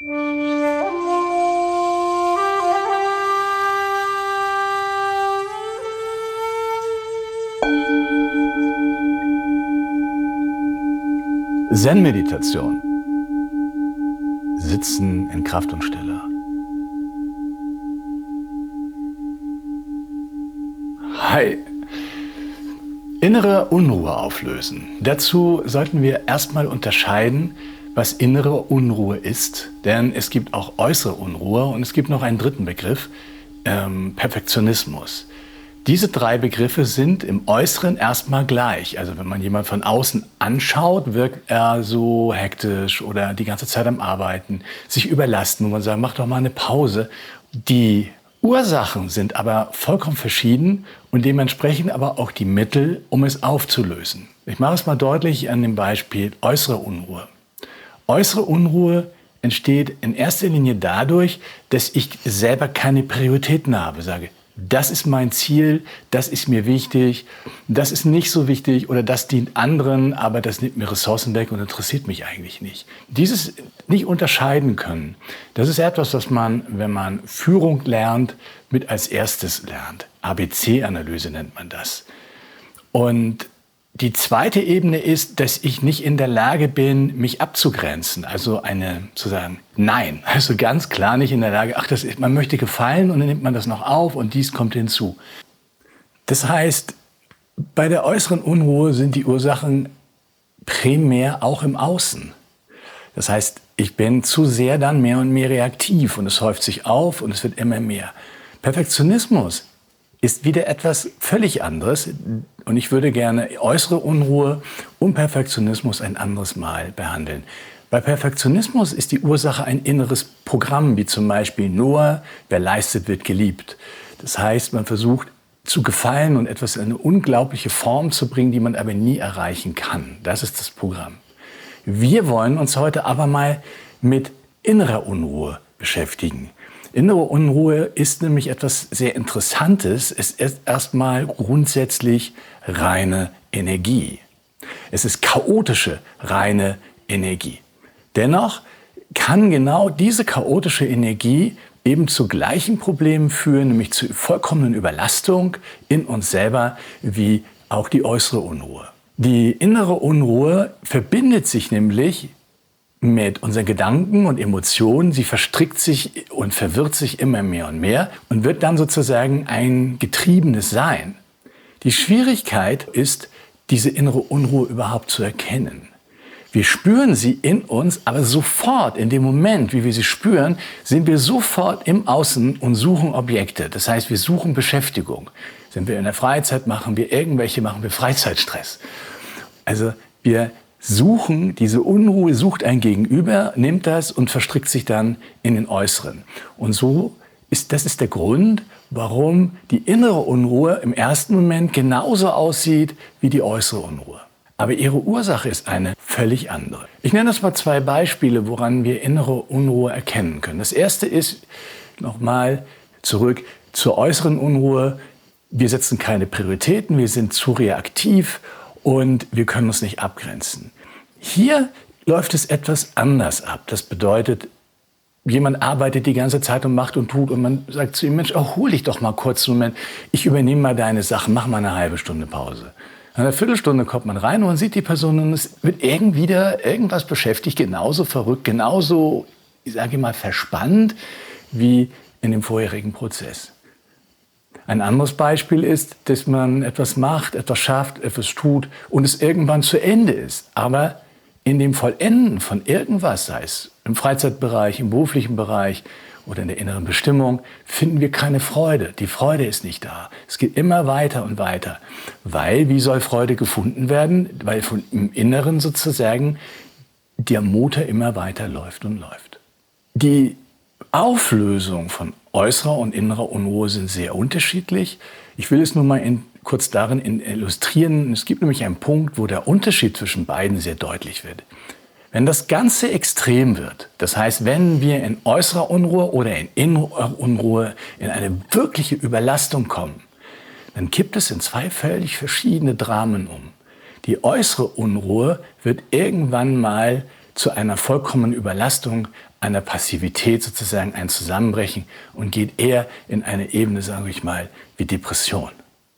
Zen-Meditation. Sitzen in Kraft und Stille. Hi. Innere Unruhe auflösen. Dazu sollten wir erstmal unterscheiden, was innere Unruhe ist. Denn es gibt auch äußere Unruhe und es gibt noch einen dritten Begriff, Perfektionismus. Diese drei Begriffe sind im Äußeren erstmal gleich. Also wenn man jemanden von außen anschaut, wirkt er so hektisch oder die ganze Zeit am Arbeiten, sich überlasten, wo man sagt, mach doch mal eine Pause. Die Ursachen sind aber vollkommen verschieden und dementsprechend aber auch die Mittel, um es aufzulösen. Ich mache es mal deutlich an dem Beispiel äußere Unruhe. Äußere Unruhe entsteht in erster Linie dadurch, dass ich selber keine Prioritäten habe, sage, das ist mein Ziel, das ist mir wichtig, das ist nicht so wichtig oder das dient anderen, aber das nimmt mir Ressourcen weg und interessiert mich eigentlich nicht. Dieses nicht unterscheiden können, das ist etwas, was man, wenn man Führung lernt, mit als erstes lernt. ABC-Analyse nennt man das. Und die zweite Ebene ist, dass ich nicht in der Lage bin, mich abzugrenzen. Also sozusagen Nein. Also ganz klar nicht in der Lage, man möchte gefallen und dann nimmt man das noch auf und dies kommt hinzu. Das heißt, bei der äußeren Unruhe sind die Ursachen primär auch im Außen. Das heißt, ich bin zu sehr dann mehr und mehr reaktiv und es häuft sich auf und es wird immer mehr. Perfektionismus ist wieder etwas völlig anderes. Und ich würde gerne äußere Unruhe und Perfektionismus ein anderes Mal behandeln. Bei Perfektionismus ist die Ursache ein inneres Programm, wie zum Beispiel nur wer leistet, wird geliebt. Das heißt, man versucht zu gefallen und etwas in eine unglaubliche Form zu bringen, die man aber nie erreichen kann. Das ist das Programm. Wir wollen uns heute aber mal mit innerer Unruhe beschäftigen. Innere Unruhe ist nämlich etwas sehr Interessantes. Es ist erstmal grundsätzlich reine Energie. Es ist chaotische, reine Energie. Dennoch kann genau diese chaotische Energie eben zu gleichen Problemen führen, nämlich zu vollkommenen Überlastung in uns selber wie auch die äußere Unruhe. Die innere Unruhe verbindet sich nämlich mit unseren Gedanken und Emotionen. Sie verstrickt sich und verwirrt sich immer mehr und wird dann sozusagen ein getriebenes Sein. Die Schwierigkeit ist, diese innere Unruhe überhaupt zu erkennen. Wir spüren sie in uns, aber sofort, in dem Moment, wie wir sie spüren, sind wir sofort im Außen und suchen Objekte. Das heißt, wir suchen Beschäftigung. Sind wir in der Freizeit, machen wir Freizeitstress. Also wir suchen, diese Unruhe sucht ein Gegenüber, nimmt das und verstrickt sich dann in den Äußeren. Und das ist der Grund, warum die innere Unruhe im ersten Moment genauso aussieht wie die äußere Unruhe. Aber ihre Ursache ist eine völlig andere. Ich nenne das mal zwei Beispiele, woran wir innere Unruhe erkennen können. Das erste ist, nochmal zurück zur äußeren Unruhe. Wir setzen keine Prioritäten, wir sind zu reaktiv und wir können uns nicht abgrenzen. Hier läuft es etwas anders ab. Das bedeutet, jemand arbeitet die ganze Zeit und macht und tut und man sagt zu ihm, Mensch, hol dich doch mal kurz einen Moment, ich übernehme mal deine Sachen, mach mal eine halbe Stunde Pause. Nach einer Viertelstunde kommt man rein und man sieht die Person und es wird irgendwas beschäftigt, genauso verrückt, genauso, ich sage mal, verspannt wie in dem vorherigen Prozess. Ein anderes Beispiel ist, dass man etwas macht, etwas schafft, etwas tut und es irgendwann zu Ende ist. Aber in dem Vollenden von irgendwas, sei es im Freizeitbereich, im beruflichen Bereich oder in der inneren Bestimmung, finden wir keine Freude. Die Freude ist nicht da. Es geht immer weiter und weiter. Wie soll Freude gefunden werden? Weil von im Inneren sozusagen der Motor immer weiter läuft und läuft. Die Auflösung von äußerer und innerer Unruhe sind sehr unterschiedlich. Ich will es nur mal kurz darin illustrieren. Es gibt nämlich einen Punkt, wo der Unterschied zwischen beiden sehr deutlich wird. Wenn das Ganze extrem wird, das heißt, wenn wir in äußerer Unruhe oder in innerer Unruhe in eine wirkliche Überlastung kommen, dann kippt es in zwei völlig verschiedene Dramen um. Die äußere Unruhe wird irgendwann mal zu einer vollkommenen Überlastung, einer Passivität sozusagen, ein Zusammenbrechen und geht eher in eine Ebene, sage ich mal, wie Depression.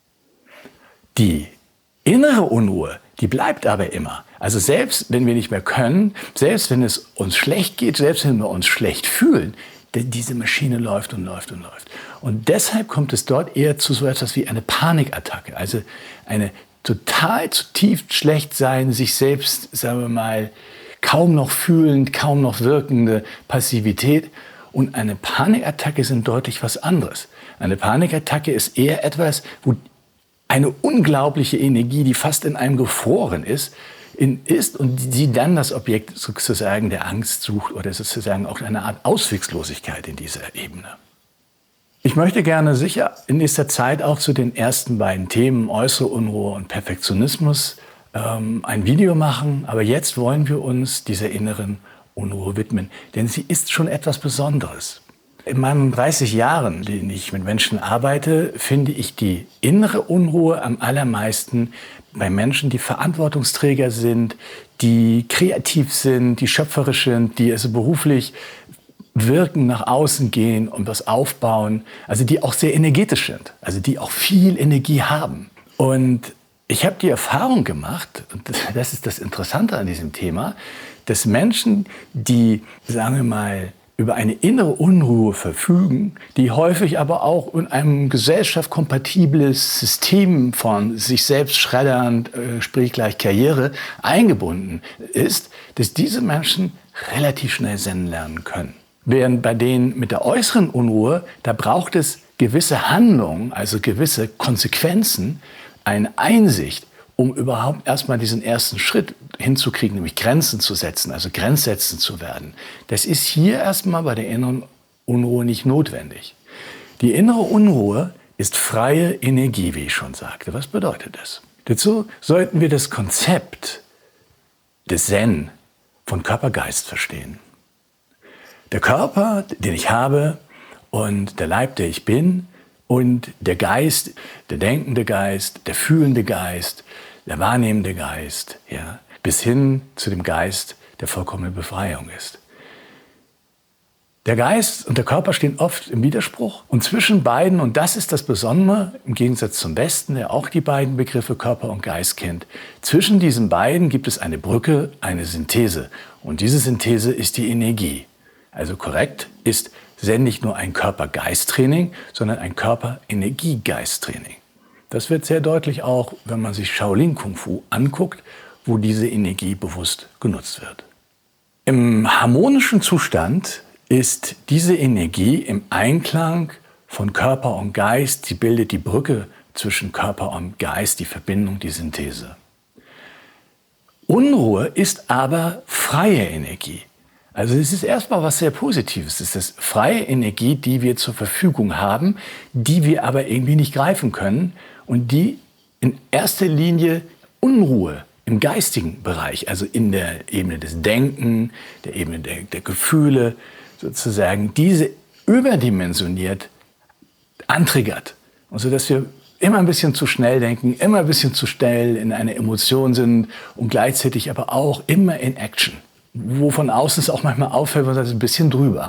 Die innere Unruhe, die bleibt aber immer. Also selbst wenn wir nicht mehr können, selbst wenn es uns schlecht geht, selbst wenn wir uns schlecht fühlen, denn diese Maschine läuft und läuft und läuft. Und deshalb kommt es dort eher zu so etwas wie eine Panikattacke, also eine total zutiefst schlecht sein, sich selbst, sagen wir mal, kaum noch fühlend, kaum noch wirkende Passivität. Und eine Panikattacke sind deutlich was anderes. Eine Panikattacke ist eher etwas, wo eine unglaubliche Energie, die fast in einem gefroren ist und die dann das Objekt sozusagen der Angst sucht oder sozusagen auch eine Art Ausweglosigkeit in dieser Ebene. Ich möchte gerne sicher in nächster Zeit auch zu den ersten beiden Themen äußere Unruhe und Perfektionismus ein Video machen, aber jetzt wollen wir uns dieser inneren Unruhe widmen, denn sie ist schon etwas Besonderes. In meinen 30 Jahren, in denen ich mit Menschen arbeite, finde ich die innere Unruhe am allermeisten bei Menschen, die Verantwortungsträger sind, die kreativ sind, die schöpferisch sind, die also beruflich wirken, nach außen gehen und was aufbauen, also die auch sehr energetisch sind, also die auch viel Energie haben. Und ich habe die Erfahrung gemacht, und das ist das Interessante an diesem Thema, dass Menschen, die, sagen wir mal, über eine innere Unruhe verfügen, die häufig aber auch in einem gesellschaftskompatibles System von sich selbst schreddernd, sprich gleich Karriere, eingebunden ist, dass diese Menschen relativ schnell Zen lernen können. Während bei denen mit der äußeren Unruhe, da braucht es gewisse Handlungen, also gewisse Konsequenzen, eine Einsicht, um überhaupt erstmal diesen ersten Schritt hinzukriegen, nämlich Grenzen zu setzen, also grenzsetzend zu werden. Das ist hier erstmal bei der inneren Unruhe nicht notwendig. Die innere Unruhe ist freie Energie, wie ich schon sagte. Was bedeutet das? Dazu sollten wir das Konzept des Zen von Körper-Geist verstehen. Der Körper, den ich habe, und der Leib, der ich bin, und der Geist, der denkende Geist, der fühlende Geist, der wahrnehmende Geist, ja, bis hin zu dem Geist, der vollkommene Befreiung ist. Der Geist und der Körper stehen oft im Widerspruch. Und zwischen beiden, und das ist das Besondere, im Gegensatz zum Westen, der auch die beiden Begriffe Körper und Geist kennt, zwischen diesen beiden gibt es eine Brücke, eine Synthese. Und diese Synthese ist die Energie. Also korrekt ist Zen nicht nur ein Körper-Geist-Training, sondern ein Körper-Energie-Geist-Training. Das wird sehr deutlich auch, wenn man sich Shaolin Kung Fu anguckt, wo diese Energie bewusst genutzt wird. Im harmonischen Zustand ist diese Energie im Einklang von Körper und Geist. Sie bildet die Brücke zwischen Körper und Geist, die Verbindung, die Synthese. Unruhe ist aber freie Energie. Also es ist erstmal was sehr Positives. Es ist freie Energie, die wir zur Verfügung haben, die wir aber irgendwie nicht greifen können und die in erster Linie Unruhe im geistigen Bereich, also in der Ebene des Denken, der Ebene der Gefühle, sozusagen diese überdimensioniert antriggert. Und so dass wir immer ein bisschen zu schnell denken, immer ein bisschen zu schnell in einer Emotion sind und gleichzeitig aber auch immer in Action. Wo von außen es auch manchmal auffällt, man sagt, es ist ein bisschen drüber.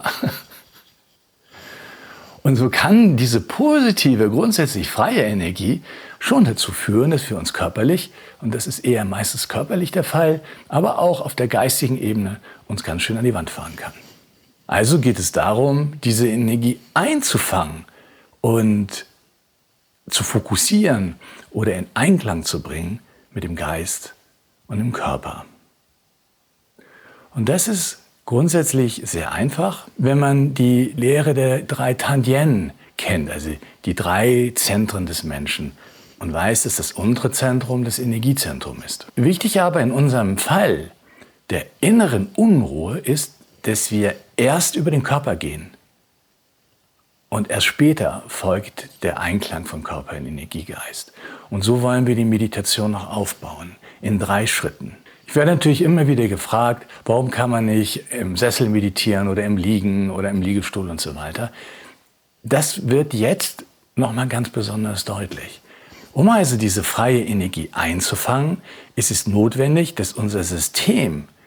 Und so kann diese positive, grundsätzlich freie Energie schon dazu führen, dass wir uns körperlich, und das ist eher meistens körperlich der Fall, aber auch auf der geistigen Ebene uns ganz schön an die Wand fahren kann. Also geht es darum, diese Energie einzufangen und zu fokussieren oder in Einklang zu bringen mit dem Geist und dem Körper. Und das ist grundsätzlich sehr einfach, wenn man die Lehre der 3 Tantien kennt, also die 3 Zentren des Menschen, und weiß, dass das untere Zentrum das Energiezentrum ist. Wichtig aber in unserem Fall der inneren Unruhe ist, dass wir erst über den Körper gehen und erst später folgt der Einklang von Körper und Energiegeist. Und so wollen wir die Meditation noch aufbauen, in 3 Schritten. Ich werde natürlich immer wieder gefragt, warum kann man nicht im Sessel meditieren oder im Liegen oder im Liegestuhl und so weiter. Das wird jetzt nochmal ganz besonders deutlich. Um also diese freie Energie einzufangen, ist es notwendig, dass unser System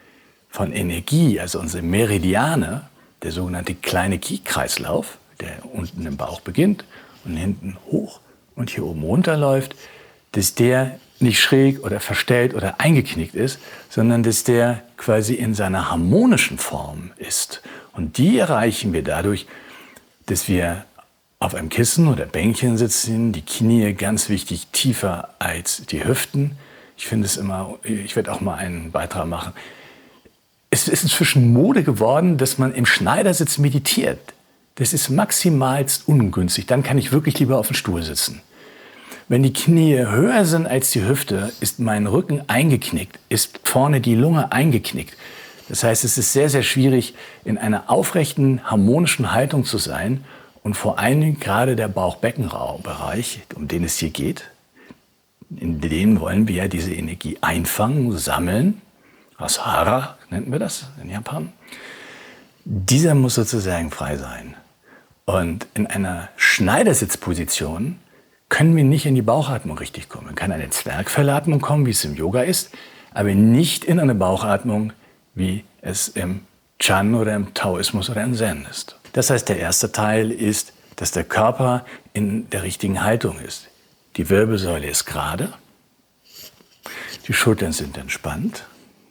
von Energie, also unsere Meridiane, der sogenannte kleine Ki-Kreislauf, der unten im Bauch beginnt und hinten hoch und hier oben runterläuft, dass der nicht schräg oder verstellt oder eingeknickt ist, sondern dass der quasi in seiner harmonischen Form ist. Und die erreichen wir dadurch, dass wir auf einem Kissen oder Bänkchen sitzen, die Knie ganz wichtig tiefer als die Hüften. Ich finde es immer, ich werde auch mal einen Beitrag machen. Es ist inzwischen Mode geworden, dass man im Schneidersitz meditiert. Das ist maximalst ungünstig. Dann kann ich wirklich lieber auf dem Stuhl sitzen. Wenn die Knie höher sind als die Hüfte, ist mein Rücken eingeknickt, ist vorne die Lunge eingeknickt. Das heißt, es ist sehr, sehr schwierig, in einer aufrechten, harmonischen Haltung zu sein. Und vor allen Dingen gerade der Bauch-Beckenraum-Bereich, um den es hier geht, in dem wollen wir ja diese Energie einfangen, sammeln. Hara nennt wir das in Japan. Dieser muss sozusagen frei sein. Und in einer Schneidersitzposition können wir nicht in die Bauchatmung richtig kommen. Man kann eine Zwerchfellatmung kommen, wie es im Yoga ist, aber nicht in eine Bauchatmung, wie es im Chan oder im Taoismus oder im Zen ist. Das heißt, der erste Teil ist, dass der Körper in der richtigen Haltung ist. Die Wirbelsäule ist gerade, die Schultern sind entspannt,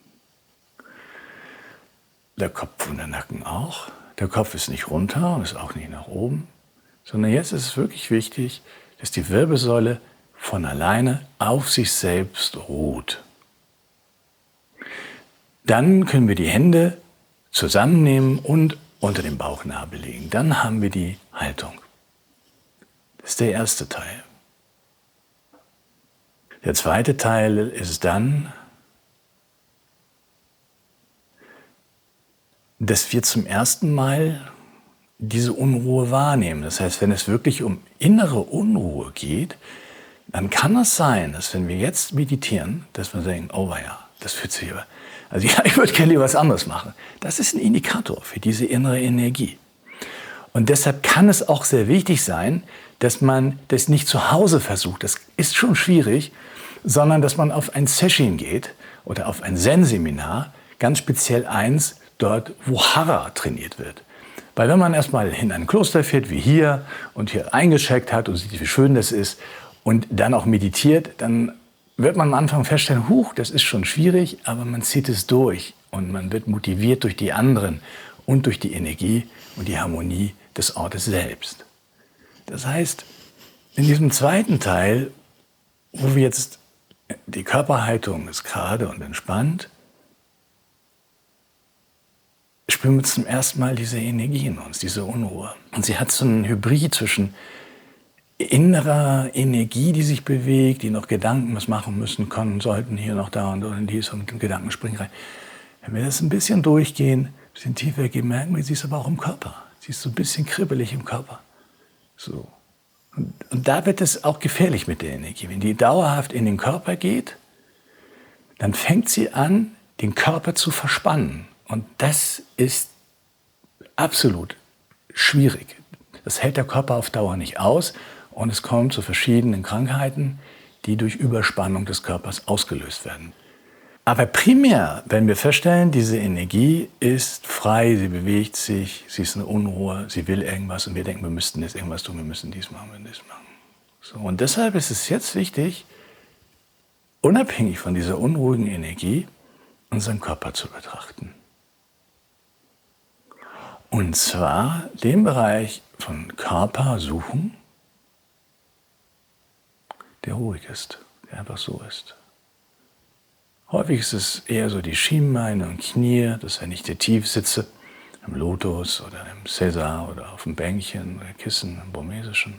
der Kopf und der Nacken auch. Der Kopf ist nicht runter und ist auch nicht nach oben, sondern jetzt ist es wirklich wichtig, dass die Wirbelsäule von alleine auf sich selbst ruht. Dann können wir die Hände zusammennehmen und unter dem Bauchnabel legen. Dann haben wir die Haltung. Das ist der erste Teil. Der zweite Teil ist dann, dass wir zum ersten Mal diese Unruhe wahrnehmen. Das heißt, wenn es wirklich um innere Unruhe geht, dann kann es sein, dass wenn wir jetzt meditieren, dass wir denken, oh ja, das fühlt sich aber, also ja, ich würde gerne lieber was anderes machen. Das ist ein Indikator für diese innere Energie. Und deshalb kann es auch sehr wichtig sein, dass man das nicht zu Hause versucht, das ist schon schwierig, sondern dass man auf ein Session geht oder auf ein Zen-Seminar, ganz speziell eins, dort, wo Hara trainiert wird. Weil wenn man erstmal in ein Kloster fährt, wie hier, und hier eingecheckt hat und sieht, wie schön das ist, und dann auch meditiert, dann wird man am Anfang feststellen, huch, das ist schon schwierig, aber man zieht es durch und man wird motiviert durch die anderen und durch die Energie und die Harmonie des Ortes selbst. Das heißt, in diesem zweiten Teil, wo wir jetzt die Körperhaltung ist gerade und entspannt, spüren wir zum ersten Mal diese Energie in uns, diese Unruhe. Und sie hat so einen Hybrid zwischen innerer Energie, die sich bewegt, die noch Gedanken was machen müssen, können, sollten, hier noch da und dies und mit Gedanken springen rein. Wenn wir das ein bisschen durchgehen, ein bisschen tiefer gehen, merken wir, sie ist aber auch im Körper. Sie ist so ein bisschen kribbelig im Körper. So. Und da wird es auch gefährlich mit der Energie. Wenn die dauerhaft in den Körper geht, dann fängt sie an, den Körper zu verspannen. Und das ist absolut schwierig. Das hält der Körper auf Dauer nicht aus und es kommt zu verschiedenen Krankheiten, die durch Überspannung des Körpers ausgelöst werden. Aber primär, wenn wir feststellen, diese Energie ist frei, sie bewegt sich, sie ist eine Unruhe, sie will irgendwas und wir denken, wir müssten jetzt irgendwas tun, wir müssen dies machen, wir das machen. So, und deshalb ist es jetzt wichtig, unabhängig von dieser unruhigen Energie, unseren Körper zu betrachten. Und zwar den Bereich von Körper suchen, der ruhig ist, der einfach so ist. Häufig ist es eher so die Schienbeine und Knie, dass wenn ich hier tief sitze, im Lotus oder im Cäsar oder auf dem Bänkchen oder Kissen, im Burmesischen,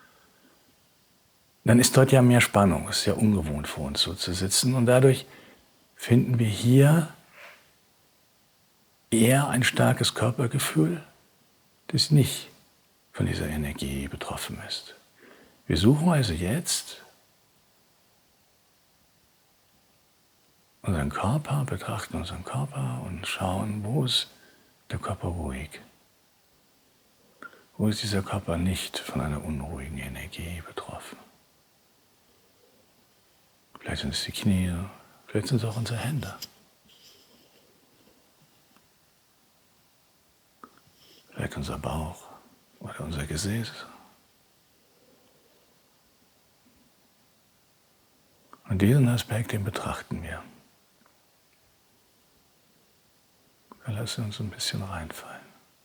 dann ist dort ja mehr Spannung. Es ist ja ungewohnt für uns so zu sitzen und dadurch finden wir hier eher ein starkes Körpergefühl, das nicht von dieser Energie betroffen ist. Wir suchen also jetzt unseren Körper, betrachten unseren Körper und schauen, wo ist der Körper ruhig? Wo ist dieser Körper nicht von einer unruhigen Energie betroffen? Vielleicht sind es die Knie, vielleicht sind es auch unsere Hände. vielleicht unser Bauch oder unser Gesäß. Und diesen Aspekt, den betrachten wir. Wir lassen uns ein bisschen reinfallen.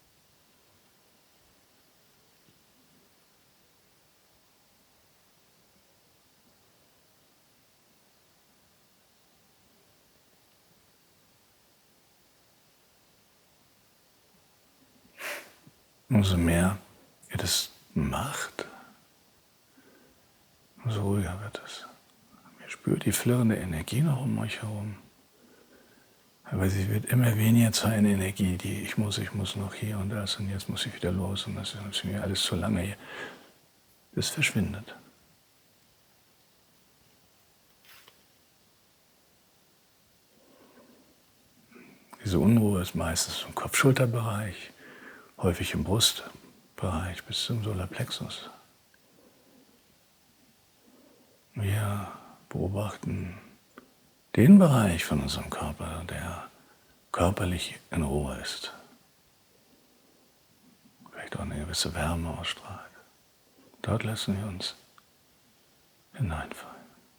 Umso mehr ihr das macht, umso ruhiger wird es. Ihr spürt die flirrende Energie noch um euch herum. Aber sie wird immer weniger zu einer Energie, die ich muss noch hier und das und jetzt muss ich wieder los und das ist mir alles zu lange hier. Das verschwindet. Diese Unruhe ist meistens im Kopf-Schulter-Bereich, häufig im Brustbereich bis zum Solarplexus. Wir beobachten den Bereich von unserem Körper, der körperlich in Ruhe ist. Vielleicht auch eine gewisse Wärme ausstrahlt. Dort lassen wir uns hineinfallen.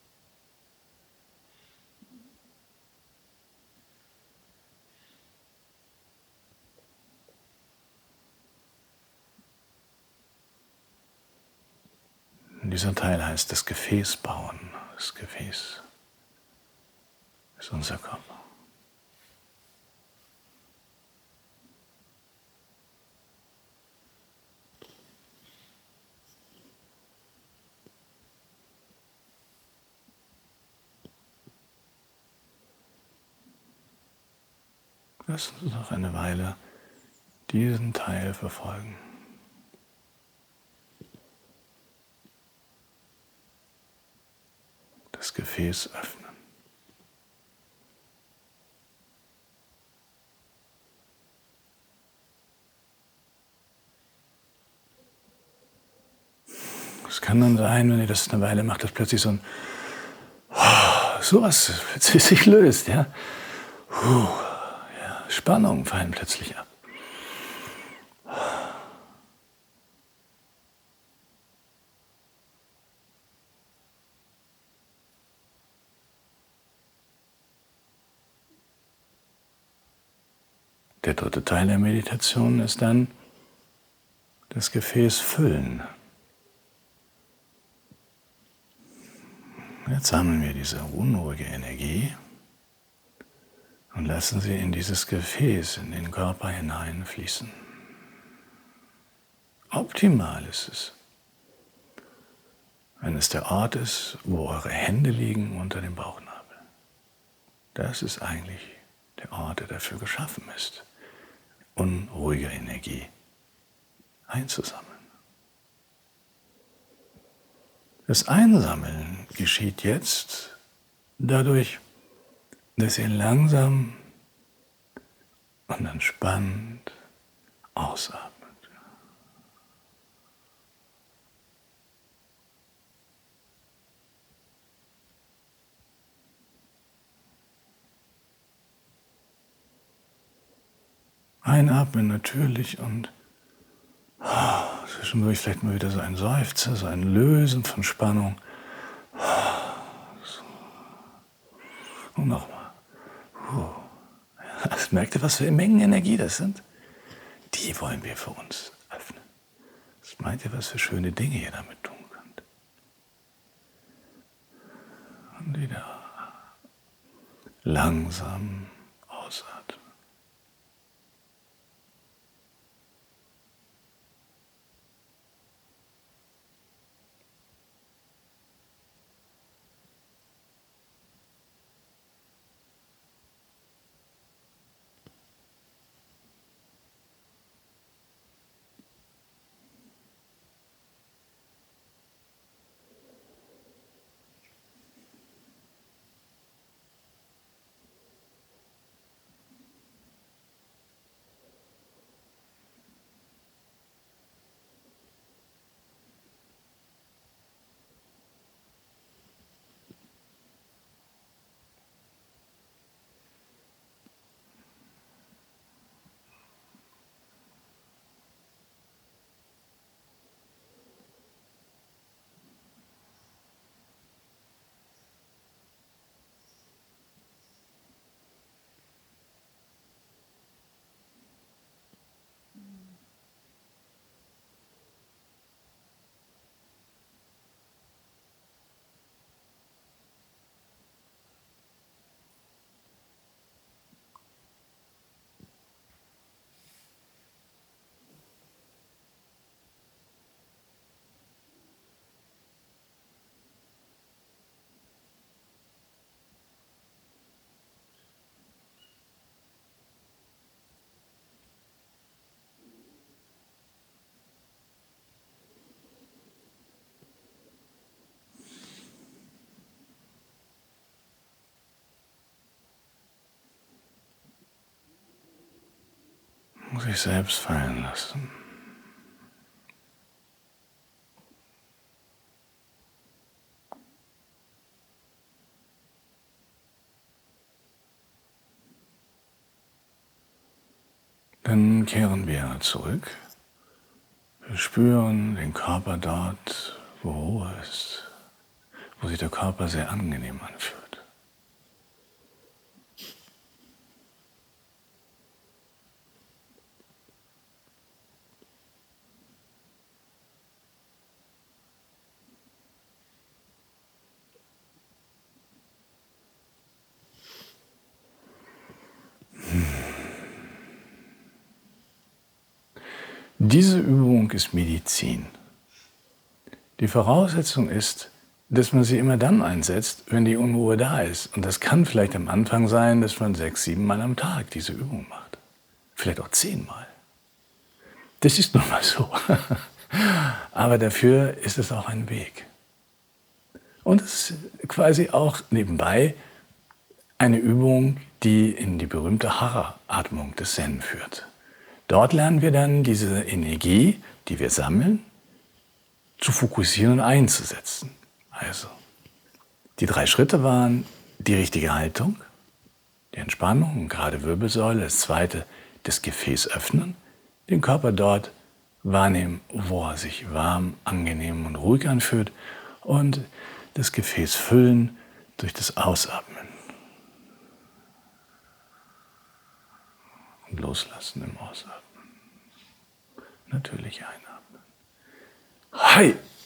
Dieser Teil heißt das Gefäß bauen. Das Gefäß ist unser Körper. Lass uns noch eine Weile diesen Teil verfolgen. Das Gefäß öffnen. Es kann dann sein, wenn ihr das eine Weile macht, dass plötzlich so ein sowas plötzlich sich löst, ja. Ja. Spannungen fallen plötzlich ab. Der dritte Teil der Meditation ist dann das Gefäß füllen. Jetzt sammeln wir diese unruhige Energie und lassen sie in dieses Gefäß, in den Körper hineinfließen. Optimal ist es, wenn es der Ort ist, wo eure Hände liegen unter dem Bauchnabel. Das ist eigentlich der Ort, der dafür geschaffen ist, unruhige Energie einzusammeln. Das Einsammeln geschieht jetzt dadurch, dass ihr langsam und entspannt ausatmet. Einatmen natürlich und zwischendurch vielleicht mal wieder so ein Seufzer, so ein Lösen von Spannung. Und nochmal. Merkt ihr, was für Mengen Energie das sind? Die wollen wir für uns öffnen. Was meint ihr, was für schöne Dinge ihr damit tun könnt? Und wieder langsam ausatmen. sich selbst fallen lassen. Dann kehren wir zurück. Wir spüren den Körper dort, wo Ruhe ist, wo sich der Körper sehr angenehm anfühlt. Diese Übung ist Medizin. Die Voraussetzung ist, dass man sie immer dann einsetzt, wenn die Unruhe da ist. Und das kann vielleicht am Anfang sein, dass man 6, 7 Mal am Tag diese Übung macht. Vielleicht auch 10 Mal. Das ist nun mal so. Aber dafür ist es auch ein Weg. Und es ist quasi auch nebenbei eine Übung, die in die berühmte Hara-Atmung des Zen führt. Dort lernen wir dann diese Energie, die wir sammeln, zu fokussieren und einzusetzen. Also, die 3 Schritte waren die richtige Haltung, die Entspannung, gerade Wirbelsäule, das zweite, das Gefäß öffnen, den Körper dort wahrnehmen, wo er sich warm, angenehm und ruhig anfühlt und das Gefäß füllen durch das Ausatmen. Und loslassen im Ausatmen. Natürlich einatmen. Hi!